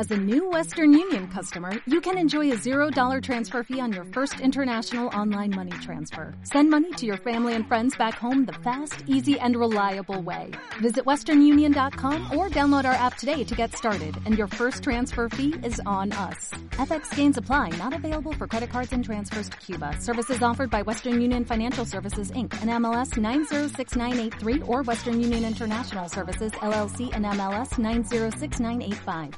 As a new Western Union customer, you can enjoy a $0 transfer fee on your first international online money transfer. Send money to your family and friends back home the fast, easy, and reliable way. Visit westernunion.com or download our app today to get started, and your first transfer fee is on us. FX gains apply, not available for credit cards and transfers to Cuba. Services offered by Western Union Financial Services, Inc., and MLS 906983, or Western Union International Services, LLC, and MLS 906985.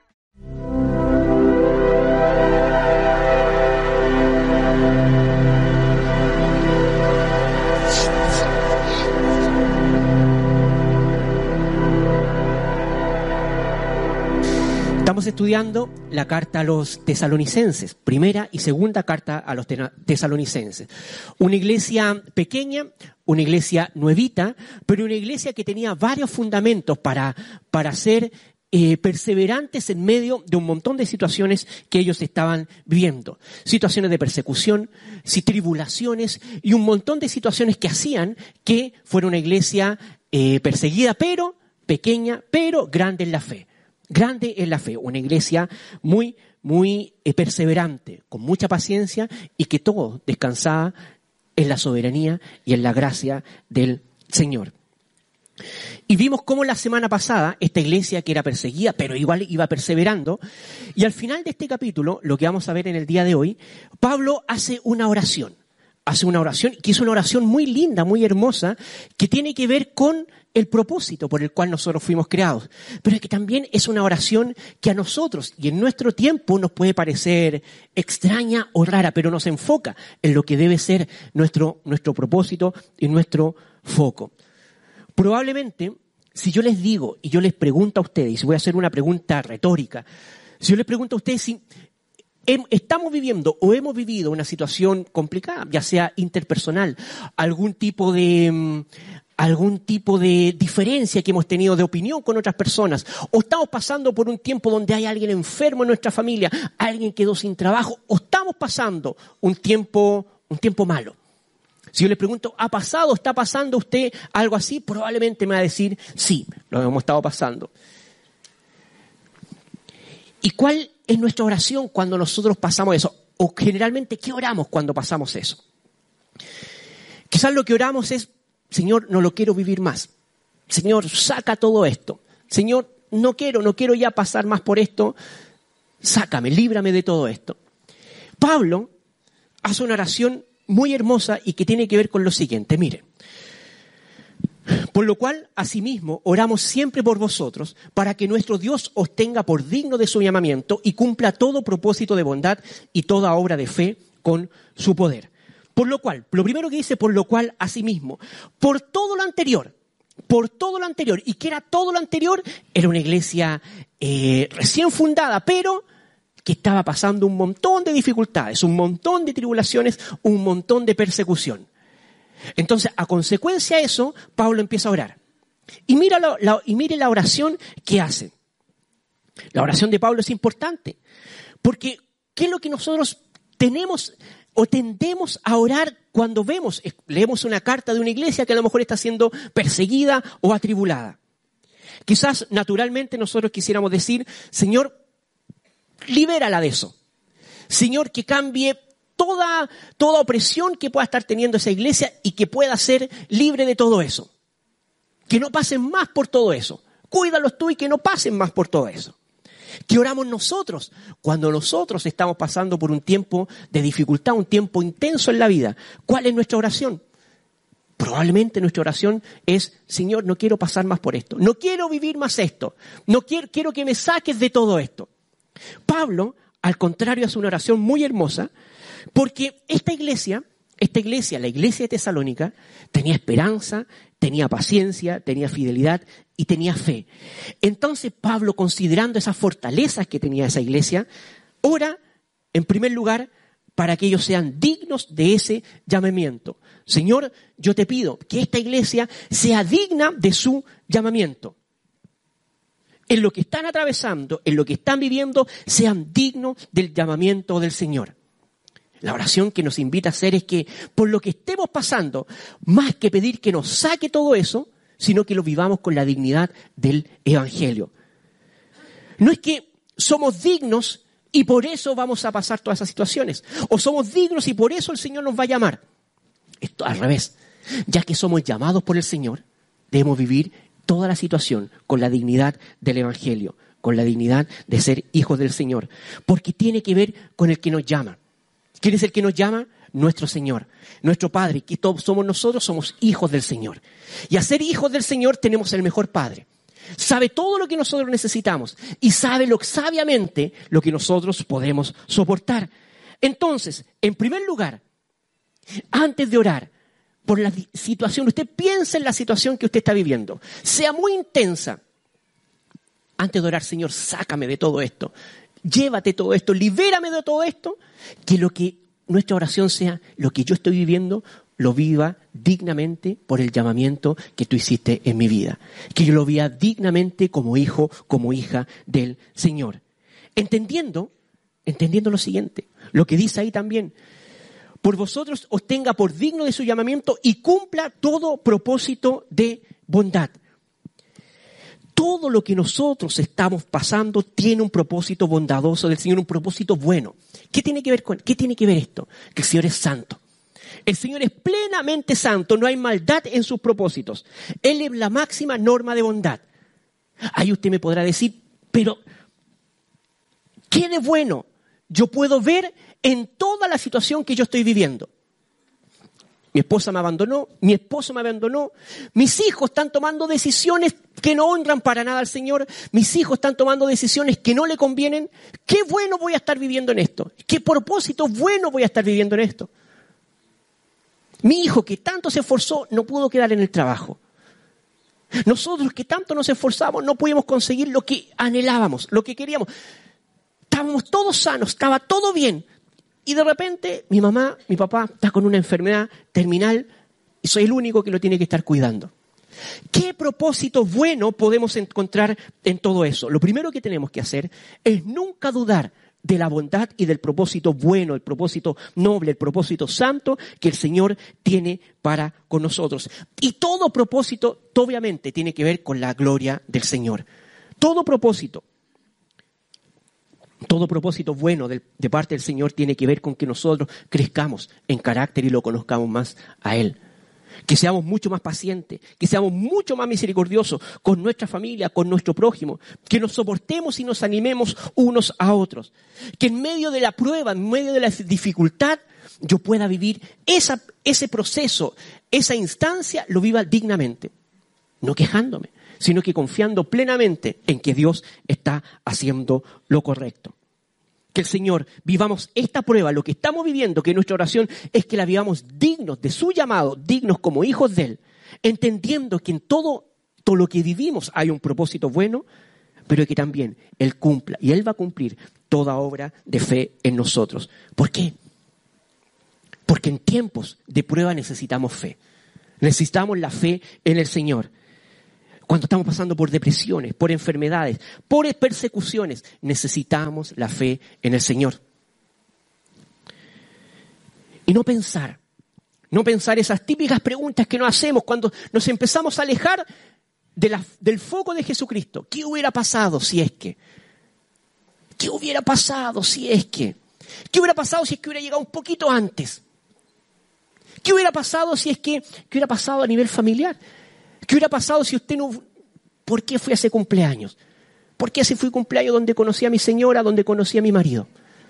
Estamos estudiando la carta a los tesalonicenses, primera y segunda carta a los tesalonicenses. Una iglesia pequeña, una iglesia nuevita, pero una iglesia que tenía varios fundamentos para ser perseverantes en medio de un montón de situaciones que ellos estaban viviendo. Situaciones de persecución, tribulaciones y un montón de situaciones que hacían que fuera una iglesia perseguida, pero pequeña, pero grande en la fe. Grande en la fe, una iglesia muy perseverante, con mucha paciencia y que todo descansaba en la soberanía y en la gracia del Señor. Y vimos cómo la semana pasada esta iglesia que era perseguida, pero igual iba perseverando, y al final de este capítulo, lo que vamos a ver en el día de hoy, Pablo hace una oración que es una oración muy linda, muy hermosa, que tiene que ver con el propósito por el cual nosotros fuimos creados. Pero es que también es una oración que a nosotros y en nuestro tiempo nos puede parecer extraña o rara, pero nos enfoca en lo que debe ser nuestro propósito y nuestro foco. Probablemente, si yo les digo y yo les pregunto a ustedes, y si voy a hacer una pregunta retórica, si yo les pregunto a ustedes si estamos viviendo o hemos vivido una situación complicada, ya sea interpersonal, algún tipo de diferencia que hemos tenido de opinión con otras personas, o estamos pasando por un tiempo donde hay alguien enfermo en nuestra familia, alguien quedó sin trabajo, o estamos pasando un tiempo malo. Si yo les pregunto, ¿está pasando usted algo así? Probablemente me va a decir, sí, lo hemos estado pasando. ¿Y cuál es nuestra oración cuando nosotros pasamos eso? O generalmente, ¿qué oramos cuando pasamos eso? Quizás lo que oramos es, Señor, no lo quiero vivir más. Señor, saca todo esto. Señor, no quiero ya pasar más por esto. Sácame, líbrame de todo esto. Pablo hace una oración muy hermosa y que tiene que ver con lo siguiente. Mire, por lo cual, asimismo, oramos siempre por vosotros, para que nuestro Dios os tenga por digno de su llamamiento y cumpla todo propósito de bondad y toda obra de fe con su poder. Por lo cual, lo primero que dice, por lo cual, asimismo, por todo lo anterior. ¿Y qué era todo lo anterior? Era una iglesia recién fundada, pero que estaba pasando un montón de dificultades, un montón de tribulaciones, un montón de persecución. Entonces, a consecuencia de eso, Pablo empieza a orar. Y mire la oración que hace. La oración de Pablo es importante, porque ¿qué es lo que nosotros tenemos o tendemos a orar cuando leemos una carta de una iglesia que a lo mejor está siendo perseguida o atribulada? Quizás naturalmente nosotros quisiéramos decir, Señor, libérala de eso. Señor, que cambie toda opresión que pueda estar teniendo esa iglesia y que pueda ser libre de todo eso. Que no pasen más por todo eso. Cuídalos tú y que no pasen más por todo eso. ¿Qué oramos nosotros cuando nosotros estamos pasando por un tiempo de dificultad, un tiempo intenso en la vida? ¿Cuál es nuestra oración? Probablemente nuestra oración es, Señor, no quiero pasar más por esto. No quiero vivir más esto. No quiero que me saques de todo esto. Pablo, al contrario, hace una oración muy hermosa, porque esta iglesia, la iglesia de Tesalónica, tenía esperanza, tenía paciencia, tenía fidelidad y tenía fe. Entonces Pablo, considerando esas fortalezas que tenía esa iglesia, ora, en primer lugar, para que ellos sean dignos de ese llamamiento. Señor, yo te pido que esta iglesia sea digna de su llamamiento. En lo que están atravesando, en lo que están viviendo, sean dignos del llamamiento del Señor. La oración que nos invita a hacer es que por lo que estemos pasando, más que pedir que nos saque todo eso, sino que lo vivamos con la dignidad del Evangelio. No es que somos dignos y por eso vamos a pasar todas esas situaciones. O somos dignos y por eso el Señor nos va a llamar. Esto al revés. Ya que somos llamados por el Señor, debemos vivir toda la situación con la dignidad del Evangelio, con la dignidad de ser hijos del Señor. Porque tiene que ver con el que nos llama. ¿Quién es el que nos llama? Nuestro Señor, nuestro Padre, que todos somos nosotros, somos hijos del Señor. Y a ser hijos del Señor tenemos el mejor Padre. Sabe todo lo que nosotros necesitamos y sabe sabiamente lo que nosotros podemos soportar. Entonces, en primer lugar, antes de orar por la situación, usted piensa en la situación que usted está viviendo, sea muy intensa. Antes de orar, Señor, sácame de todo esto, llévate todo esto, libérame de todo esto, que nuestra oración sea lo que yo estoy viviendo, lo viva dignamente por el llamamiento que tú hiciste en mi vida. Que yo lo viva dignamente como hijo, como hija del Señor. Entendiendo lo siguiente, lo que dice ahí también. Por vosotros os tenga por digno de su llamamiento y cumpla todo propósito de bondad. Todo lo que nosotros estamos pasando tiene un propósito bondadoso del Señor, un propósito bueno. ¿Qué tiene que ver esto? Que el Señor es santo. El Señor es plenamente santo, no hay maldad en sus propósitos. Él es la máxima norma de bondad. Ahí usted me podrá decir, pero ¿qué de bueno yo puedo ver en toda la situación que yo estoy viviendo? Mi esposa me abandonó, mi esposo me abandonó, mis hijos están tomando decisiones que no honran para nada al Señor, mis hijos están tomando decisiones que no le convienen. ¿Qué bueno voy a estar viviendo en esto? ¿Qué propósito bueno voy a estar viviendo en esto? Mi hijo que tanto se esforzó no pudo quedar en el trabajo. Nosotros que tanto nos esforzamos no pudimos conseguir lo que anhelábamos, lo que queríamos. Estábamos todos sanos, estaba todo bien. Y de repente mi mamá, mi papá está con una enfermedad terminal y soy el único que lo tiene que estar cuidando. ¿Qué propósito bueno podemos encontrar en todo eso? Lo primero que tenemos que hacer es nunca dudar de la bondad y del propósito bueno, el propósito noble, el propósito santo que el Señor tiene para con nosotros. Y todo propósito, obviamente, tiene que ver con la gloria del Señor. Todo propósito bueno de parte del Señor tiene que ver con que nosotros crezcamos en carácter y lo conozcamos más a Él. Que seamos mucho más pacientes, que seamos mucho más misericordiosos con nuestra familia, con nuestro prójimo, que nos soportemos y nos animemos unos a otros. Que en medio de la prueba, en medio de la dificultad, yo pueda vivir ese proceso, esa instancia, lo viva dignamente. No quejándome, sino que confiando plenamente en que Dios está haciendo lo correcto. Que el Señor vivamos esta prueba, lo que estamos viviendo, que nuestra oración es que la vivamos dignos de su llamado, dignos como hijos de Él, entendiendo que en todo lo que vivimos hay un propósito bueno, pero que también Él cumpla y Él va a cumplir toda obra de fe en nosotros. ¿Por qué? Porque en tiempos de prueba necesitamos fe. Necesitamos la fe en el Señor. Cuando estamos pasando por depresiones, por enfermedades, por persecuciones, necesitamos la fe en el Señor. Y no pensar esas típicas preguntas que nos hacemos cuando nos empezamos a alejar del foco de Jesucristo. ¿Qué hubiera pasado si es que? ¿Qué hubiera pasado si es que? ¿Qué hubiera pasado si es que hubiera llegado un poquito antes? ¿Qué hubiera pasado si es que? ¿Qué hubiera pasado a nivel familiar? ¿Qué hubiera pasado si usted no? ¿Por qué fui a ese cumpleaños? ¿Por qué ese fue cumpleaños donde conocí a mi señora, donde conocí a mi marido?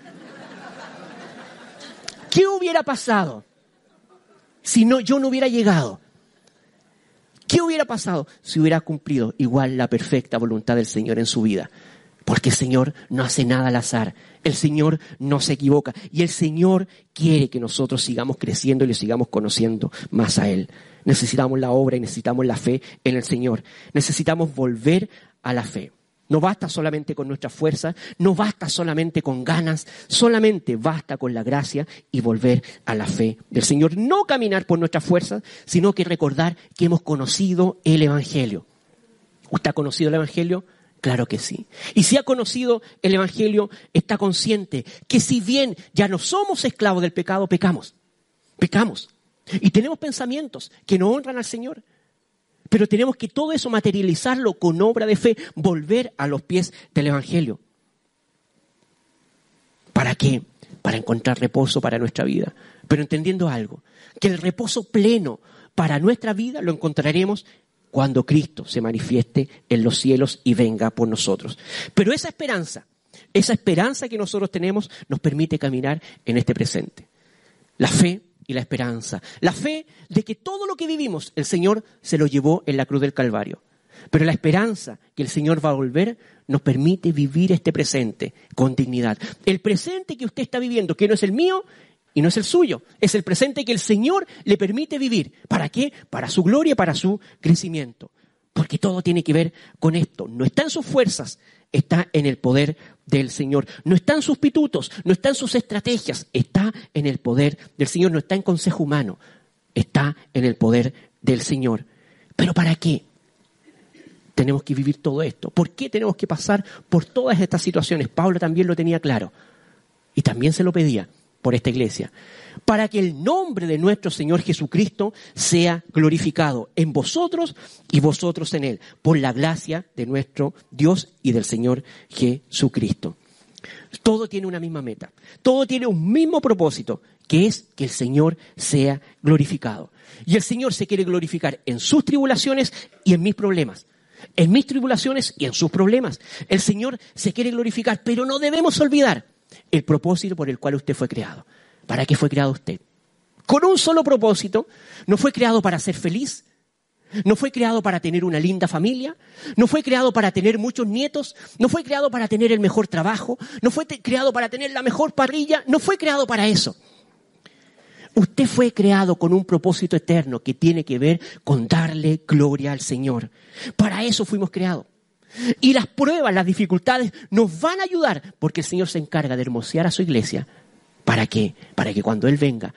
¿Qué hubiera pasado si yo no hubiera llegado? ¿Qué hubiera pasado si hubiera cumplido igual la perfecta voluntad del Señor en su vida? Porque el Señor no hace nada al azar. El Señor no se equivoca. Y el Señor quiere que nosotros sigamos creciendo y le sigamos conociendo más a Él. Necesitamos la obra y necesitamos la fe en el Señor. Necesitamos volver a la fe. No basta solamente con nuestra fuerza, no basta solamente con ganas, solamente basta con la gracia y volver a la fe del Señor. No caminar por nuestra fuerza, sino que recordar que hemos conocido el Evangelio. ¿Usted ha conocido el Evangelio? Claro que sí. Y si ha conocido el Evangelio, está consciente que si bien ya no somos esclavos del pecado, pecamos. Y tenemos pensamientos que no honran al Señor. Pero tenemos que todo eso materializarlo con obra de fe, volver a los pies del Evangelio. qué? Para encontrar reposo para nuestra vida. Pero entendiendo algo, que el reposo pleno para nuestra vida lo encontraremos cuando Cristo se manifieste en los cielos y venga por nosotros. Pero esa esperanza que nosotros tenemos nos permite caminar en este presente. La fe y la esperanza. La fe de que todo lo que vivimos el Señor se lo llevó en la cruz del Calvario. Pero la esperanza que el Señor va a volver nos permite vivir este presente con dignidad. El presente que usted está viviendo, que no es el mío y no es el suyo, es el presente que el Señor le permite vivir. ¿Para qué? Para su gloria, para su crecimiento. Porque todo tiene que ver con esto. No está en sus fuerzas, está en el poder del Señor. No está en sus pitutos, no está en sus estrategias, está en el poder del Señor. No está en consejo humano, está en el poder del Señor. ¿Pero para qué tenemos que vivir todo esto? ¿Por qué tenemos que pasar por todas estas situaciones? Pablo también lo tenía claro y también se lo pedía por esta iglesia. Para que el nombre de nuestro Señor Jesucristo sea glorificado en vosotros y vosotros en Él, por la gracia de nuestro Dios y del Señor Jesucristo. Todo tiene una misma meta, todo tiene un mismo propósito, que es que el Señor sea glorificado. Y el Señor se quiere glorificar en sus tribulaciones y en mis problemas. En mis tribulaciones y en sus problemas. El Señor se quiere glorificar, pero no debemos olvidar el propósito por el cual usted fue creado. ¿Para qué fue creado usted? Con un solo propósito. No fue creado para ser feliz. No fue creado para tener una linda familia. No fue creado para tener muchos nietos. No fue creado para tener el mejor trabajo. No fue creado para tener la mejor parrilla. No fue creado para eso. Usted fue creado con un propósito eterno que tiene que ver con darle gloria al Señor. Para eso fuimos creados. Y las pruebas, las dificultades nos van a ayudar porque el Señor se encarga de hermosear a su iglesia. ¿Para qué? Para que cuando Él venga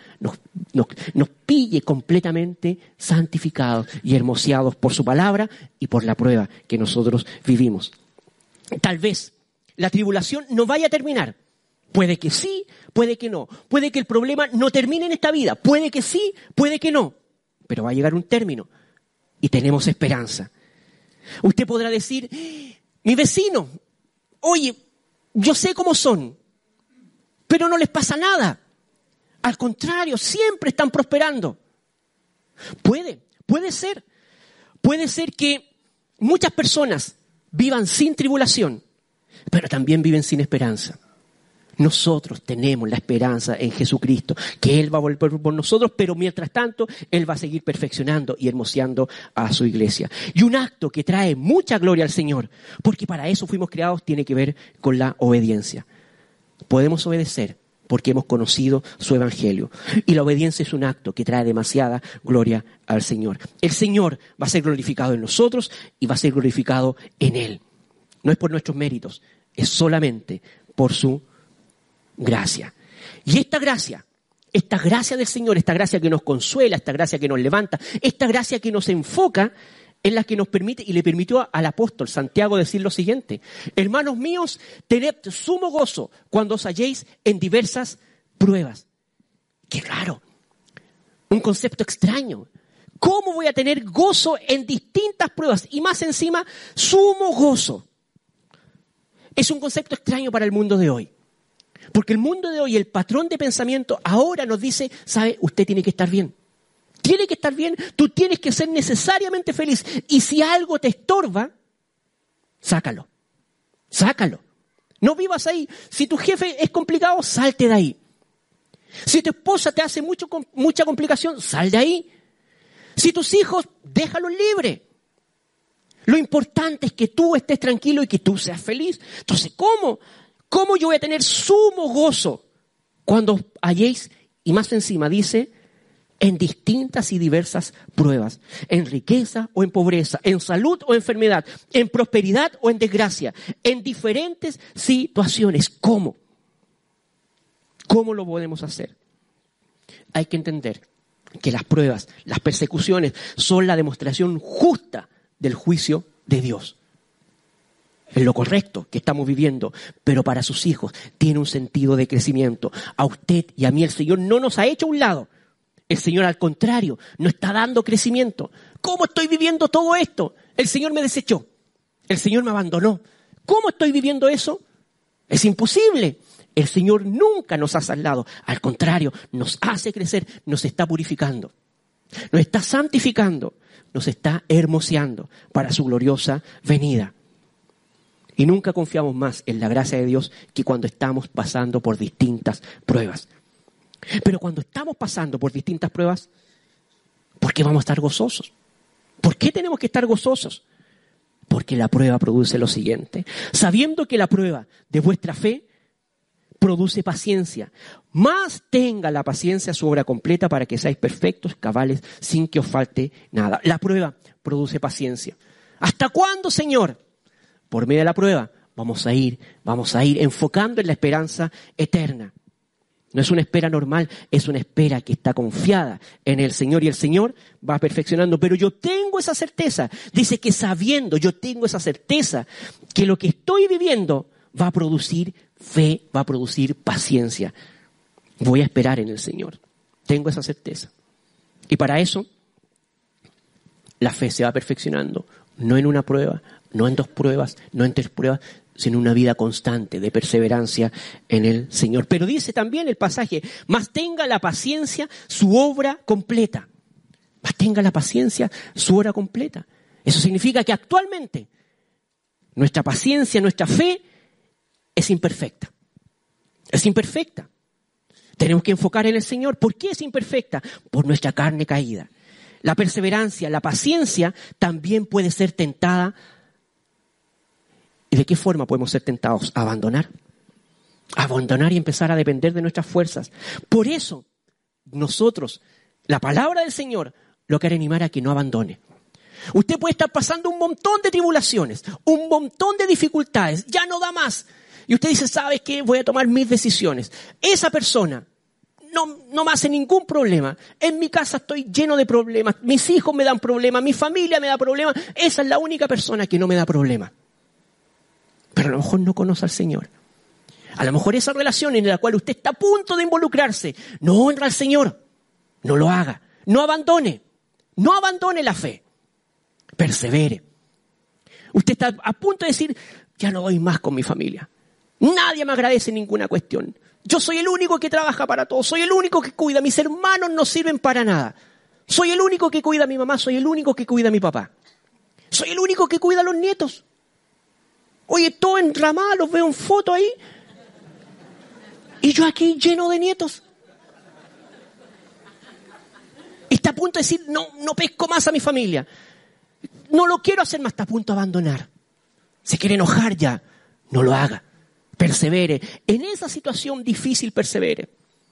nos pille completamente santificados y hermoseados por su palabra y por la prueba que nosotros vivimos. Tal vez la tribulación no vaya a terminar. Puede que sí, puede que no. Puede que el problema no termine en esta vida. Puede que sí, puede que no. Pero va a llegar un término y tenemos esperanza. Usted podrá decir, mi vecino, oye, yo sé cómo son, pero no les pasa nada. Al contrario, siempre están prosperando. Puede ser. Puede ser que muchas personas vivan sin tribulación, pero también viven sin esperanza. Nosotros tenemos la esperanza en Jesucristo, que Él va a volver por nosotros, pero mientras tanto, Él va a seguir perfeccionando y hermoseando a su iglesia. Y un acto que trae mucha gloria al Señor, porque para eso fuimos creados, tiene que ver con la obediencia. Podemos obedecer porque hemos conocido su evangelio. Y la obediencia es un acto que trae demasiada gloria al Señor. El Señor va a ser glorificado en nosotros y va a ser glorificado en Él. No es por nuestros méritos, es solamente por su gracia. Y esta gracia del Señor, esta gracia que nos consuela, esta gracia que nos levanta, esta gracia que nos enfoca, es la que nos permite y le permitió al apóstol Santiago decir lo siguiente: hermanos míos, tened sumo gozo cuando os halléis en diversas pruebas. Qué raro, un concepto extraño. ¿Cómo voy a tener gozo en distintas pruebas? Y más encima, sumo gozo. Es un concepto extraño para el mundo de hoy. Porque el mundo de hoy, el patrón de pensamiento ahora nos dice, ¿sabe? Usted tiene que estar bien. Tiene que estar bien, tú tienes que ser necesariamente feliz. Y si algo te estorba, sácalo. Sácalo. No vivas ahí. Si tu jefe es complicado, salte de ahí. Si tu esposa te hace mucha complicación, sal de ahí. Si tus hijos, déjalos libres. Lo importante es que tú estés tranquilo y que tú seas feliz. Entonces, ¿cómo yo voy a tener sumo gozo cuando halléis, y más encima dice, en distintas y diversas pruebas, en riqueza o en pobreza, en salud o enfermedad, en prosperidad o en desgracia, en diferentes situaciones? ¿Cómo? ¿Cómo lo podemos hacer? Hay que entender que las pruebas, las persecuciones, son la demostración justa del juicio de Dios. Es lo correcto que estamos viviendo, pero para sus hijos tiene un sentido de crecimiento. A usted y a mí el Señor no nos ha hecho a un lado. El Señor, al contrario, nos está dando crecimiento. ¿Cómo estoy viviendo todo esto? El Señor me desechó. El Señor me abandonó. ¿Cómo estoy viviendo eso? Es imposible. El Señor nunca nos ha salvado. Al contrario, nos hace crecer, nos está purificando, nos está santificando, nos está hermoseando para su gloriosa venida. Y nunca confiamos más en la gracia de Dios que cuando estamos pasando por distintas pruebas. Pero cuando estamos pasando por distintas pruebas, ¿por qué vamos a estar gozosos? ¿Por qué tenemos que estar gozosos? Porque la prueba produce lo siguiente. Sabiendo que la prueba de vuestra fe produce paciencia. Más tenga la paciencia su obra completa para que seáis perfectos, cabales, sin que os falte nada. La prueba produce paciencia. ¿Hasta cuándo, Señor? Por medio de la prueba vamos a ir enfocando en la esperanza eterna. No es una espera normal, es una espera que está confiada en el Señor y el Señor va perfeccionando. Pero yo tengo esa certeza, dice que sabiendo, yo tengo esa certeza que lo que estoy viviendo va a producir fe, va a producir paciencia. Voy a esperar en el Señor, tengo esa certeza. Y para eso, la fe se va perfeccionando, no en una prueba, no en 2 pruebas, no en 3 pruebas, sino una vida constante de perseverancia en el Señor. Pero dice también el pasaje, más tenga la paciencia su obra completa. Más tenga la paciencia su obra completa. Eso significa que actualmente nuestra paciencia, nuestra fe es imperfecta. Es imperfecta. Tenemos que enfocar en el Señor. ¿Por qué es imperfecta? Por nuestra carne caída. La perseverancia, la paciencia también puede ser tentada. ¿Y de qué forma podemos ser tentados? A abandonar. A abandonar y empezar a depender de nuestras fuerzas. Por eso, nosotros, la palabra del Señor, lo quiere animar a que no abandone. Usted puede estar pasando un montón de tribulaciones, un montón de dificultades, ya no da más. Y usted dice, ¿sabes qué? Voy a tomar mis decisiones. Esa persona no me hace ningún problema. En mi casa estoy lleno de problemas. Mis hijos me dan problemas, mi familia me da problemas. Esa es la única persona que no me da problemas. Pero a lo mejor no conoce al Señor. A lo mejor esa relación en la cual usted está a punto de involucrarse no honra al Señor. No lo haga. No abandone. No abandone la fe. Persevere. Usted está a punto de decir, ya no voy más con mi familia. Nadie me agradece ninguna cuestión. Yo soy el único que trabaja para todos. Soy el único que cuida. Mis hermanos no sirven para nada. Soy el único que cuida a mi mamá. Soy el único que cuida a mi papá. Soy el único que cuida a los nietos. Oye, todo enramado, los veo en foto ahí. Y yo aquí lleno de nietos. Está a punto de decir, no pesco más a mi familia. No lo quiero hacer más, está a punto de abandonar. Se quiere enojar ya. No lo haga. Persevere. En esa situación difícil, persevere.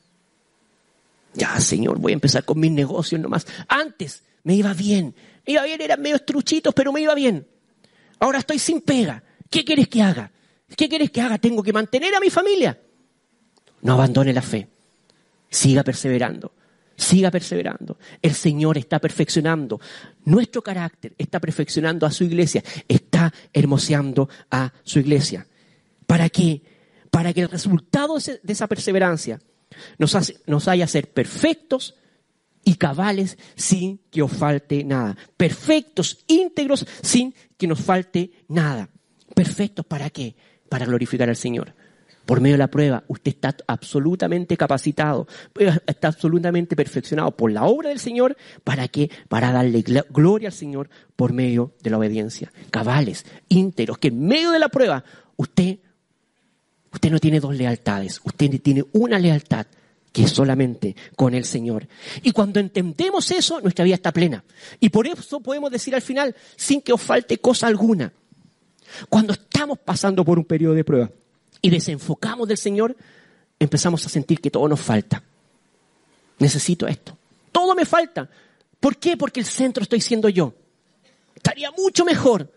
Ya, Señor, voy a empezar con mis negocios nomás. Antes me iba bien. Eran medio estruchitos, pero me iba bien. Ahora estoy sin pega. ¿Qué quieres que haga? ¿Qué quieres que haga? ¿Tengo que mantener a mi familia? No abandone la fe. Siga perseverando. Siga perseverando. El Señor está perfeccionando nuestro carácter, está perfeccionando a su iglesia, está hermoseando a su iglesia. ¿Para qué? Para que el resultado de esa perseverancia nos haya ser perfectos y cabales sin que os falte nada. Perfectos, íntegros, sin que nos falte nada. ¿Perfectos para qué? Para glorificar al Señor. Por medio de la prueba, usted está absolutamente capacitado, está absolutamente perfeccionado por la obra del Señor. ¿Para qué? Para darle gloria al Señor por medio de la obediencia. Cabales, íntegros, que en medio de la prueba, usted no tiene 2 lealtades, usted tiene una lealtad que es solamente con el Señor. Y cuando entendemos eso, nuestra vida está plena. Y por eso podemos decir al final, sin que os falte cosa alguna. Cuando estamos pasando por un periodo de prueba y desenfocamos del Señor, empezamos a sentir que todo nos falta. Necesito esto. Todo me falta. ¿Por qué? Porque el centro estoy siendo yo. Estaría mucho mejor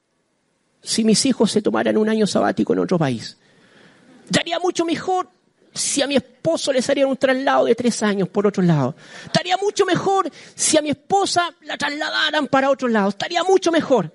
si mis hijos se tomaran un año sabático en otro país. Estaría mucho mejor si a mi esposo les harían un traslado de 3 años por otro lado. Estaría mucho mejor si a mi esposa la trasladaran para otro lado. Estaría mucho mejor.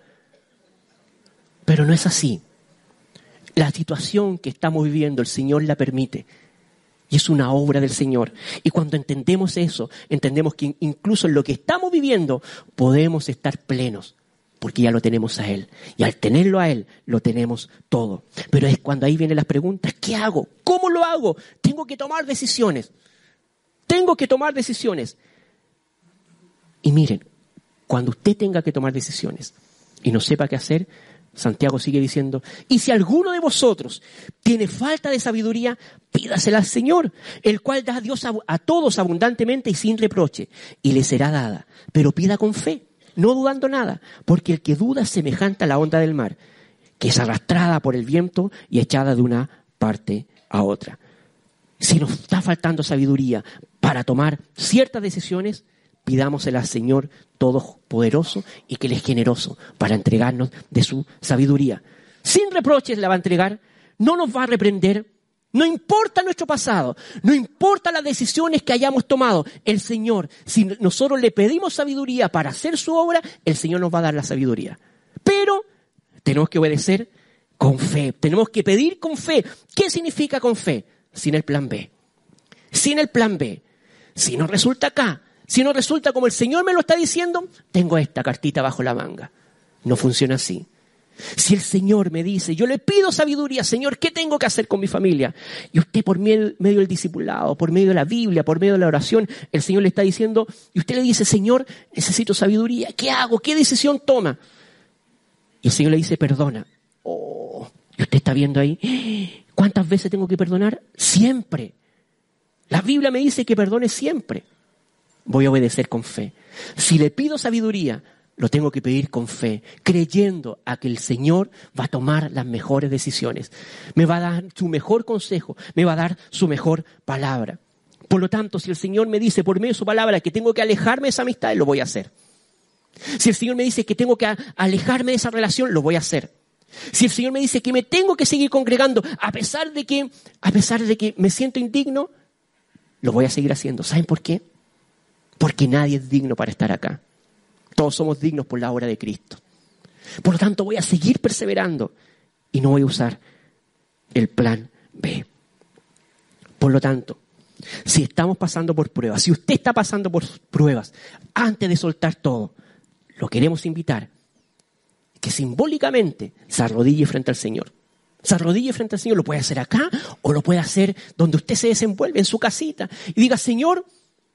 Pero no es así. La situación que estamos viviendo, el Señor la permite. Y es una obra del Señor. Y cuando entendemos eso, entendemos que incluso en lo que estamos viviendo, podemos estar plenos. porque ya lo tenemos a Él. Y al tenerlo a Él, lo tenemos todo. Pero es cuando ahí vienen las preguntas, ¿qué hago? ¿Cómo lo hago? Tengo que tomar decisiones. Tengo que tomar decisiones. Y miren, cuando usted tenga que tomar decisiones y no sepa qué hacer, Santiago sigue diciendo, y si alguno de vosotros tiene falta de sabiduría, pídasela al Señor, el cual da a Dios a todos abundantemente y sin reproche, y le será dada. Pero pida con fe, no dudando nada, porque el que duda es semejante a la onda del mar, que es arrastrada por el viento y echada de una parte a otra. Si nos está faltando sabiduría para tomar ciertas decisiones, pidámosela al Señor Todopoderoso y que Él es generoso para entregarnos de su sabiduría. Sin reproches la va a entregar, no nos va a reprender, no importa nuestro pasado, no importa las decisiones que hayamos tomado. El Señor, si nosotros le pedimos sabiduría para hacer su obra, el Señor nos va a dar la sabiduría. Pero tenemos que obedecer con fe, tenemos que pedir con fe. ¿Qué significa con fe? Sin el plan B. Sin el plan B. Si no resulta acá, si no resulta como el Señor me lo está diciendo, tengo esta cartita bajo la manga. No funciona así. Si el Señor me dice, yo le pido sabiduría, Señor, ¿qué tengo que hacer con mi familia? Y usted por medio del discipulado, por medio de la Biblia, por medio de la oración, el Señor le está diciendo, y usted le dice, Señor, necesito sabiduría, ¿qué hago? ¿Qué decisión toma? Y el Señor le dice, perdona. Oh, y usted está viendo ahí, ¿cuántas veces tengo que perdonar? Siempre. La Biblia me dice que perdone siempre. Voy a obedecer con fe. Si le pido sabiduría, lo tengo que pedir con fe, creyendo a que el Señor va a tomar las mejores decisiones. Me va a dar su mejor consejo, me va a dar su mejor palabra. Por lo tanto, si el Señor me dice por medio de su palabra que tengo que alejarme de esa amistad, lo voy a hacer. Si el Señor me dice que tengo que alejarme de esa relación, lo voy a hacer. Si el Señor me dice que me tengo que seguir congregando, a pesar de que me siento indigno, lo voy a seguir haciendo. ¿Saben por qué? Porque nadie es digno para estar acá. Todos somos dignos por la obra de Cristo. Por lo tanto, voy a seguir perseverando y no voy a usar el plan B. Por lo tanto, si estamos pasando por pruebas, si usted está pasando por pruebas, antes de soltar todo, lo queremos invitar que simbólicamente se arrodille frente al Señor. Se arrodille frente al Señor, lo puede hacer acá o lo puede hacer donde usted se desenvuelve, en su casita. Y diga, Señor,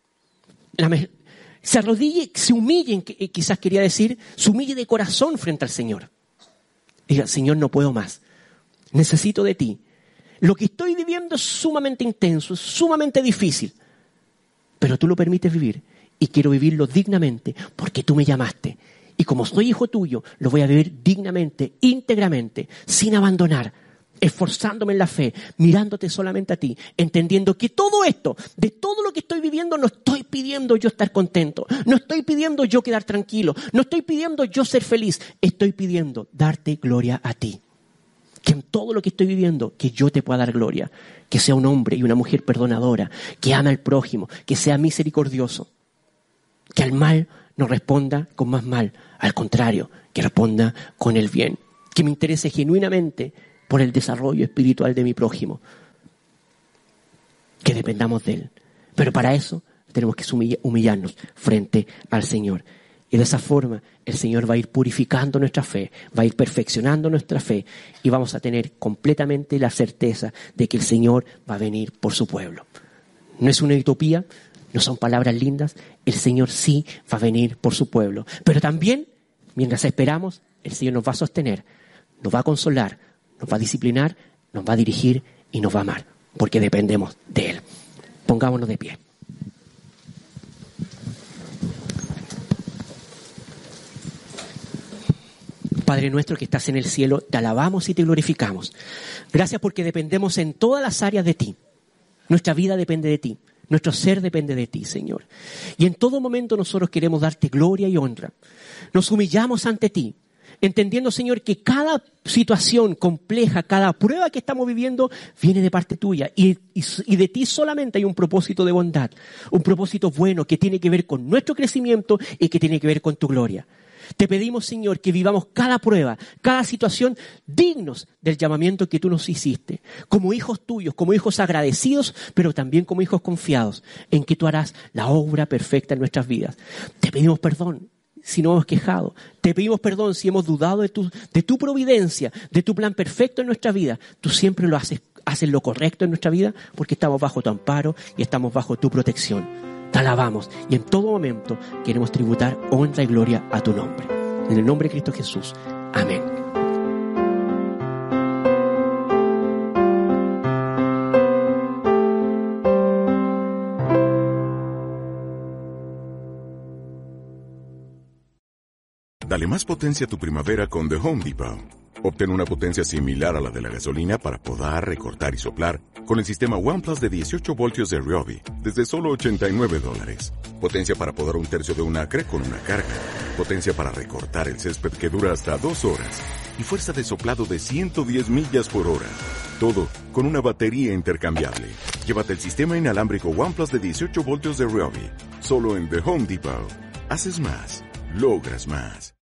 se arrodille, se humille, quizás quería decir, se humille de corazón frente al Señor. Diga, Señor, no puedo más. Necesito de ti. Lo que estoy viviendo es sumamente intenso, es sumamente difícil. Pero tú lo permites vivir y quiero vivirlo dignamente porque tú me llamaste. Y como soy hijo tuyo, lo voy a vivir dignamente, íntegramente, sin abandonar, esforzándome en la fe, mirándote solamente a ti, entendiendo que todo esto, de todo lo que estoy viviendo, no estoy pidiendo yo estar contento, no estoy pidiendo yo quedar tranquilo, no estoy pidiendo yo ser feliz, estoy pidiendo darte gloria a ti. Que en todo lo que estoy viviendo, que yo te pueda dar gloria, que sea un hombre y una mujer perdonadora, que ama al prójimo, que sea misericordioso, que al mal no responda con más mal, al contrario, que responda con el bien, que me interese genuinamente por el desarrollo espiritual de mi prójimo, que dependamos de Él. Pero para eso tenemos que humillarnos frente al Señor. Y de esa forma el Señor va a ir purificando nuestra fe, va a ir perfeccionando nuestra fe y vamos a tener completamente la certeza de que el Señor va a venir por su pueblo. No es una utopía, no son palabras lindas, el Señor sí va a venir por su pueblo. Pero también, mientras esperamos, el Señor nos va a sostener, nos va a consolar, nos va a disciplinar, nos va a dirigir y nos va a amar, porque dependemos de Él. Pongámonos de pie. Padre nuestro que estás en el cielo, te alabamos y te glorificamos. Gracias porque dependemos en todas las áreas de ti. Nuestra vida depende de ti. Nuestro ser depende de ti, Señor. Y en todo momento nosotros queremos darte gloria y honra. Nos humillamos ante ti, entendiendo, Señor, que cada situación compleja, cada prueba que estamos viviendo viene de parte tuya. Y de ti solamente hay un propósito de bondad, un propósito bueno que tiene que ver con nuestro crecimiento y que tiene que ver con tu gloria. Te pedimos, Señor, que vivamos cada prueba, cada situación dignos del llamamiento que tú nos hiciste, como hijos tuyos, como hijos agradecidos, pero también como hijos confiados en que tú harás la obra perfecta en nuestras vidas. Te pedimos perdón si no hemos quejado. Te pedimos perdón si hemos dudado de tu providencia, de tu plan perfecto en nuestra vida. Tú siempre lo haces lo correcto en nuestra vida porque estamos bajo tu amparo y estamos bajo tu protección. Te alabamos y en todo momento queremos tributar honra y gloria a tu nombre. En el nombre de Cristo Jesús. Amén. Dale más potencia a tu primavera con The Home Depot. Obtén una potencia similar a la de la gasolina para podar, recortar y soplar con el sistema OnePlus de 18 voltios de Ryobi desde solo $89. Potencia para podar 1/3 de un acre con una carga. Potencia para recortar el césped que dura hasta 2 horas. Y fuerza de soplado de 110 millas por hora. Todo con una batería intercambiable. Llévate el sistema inalámbrico OnePlus de 18 voltios de Ryobi. Solo en The Home Depot. Haces más. Logras más.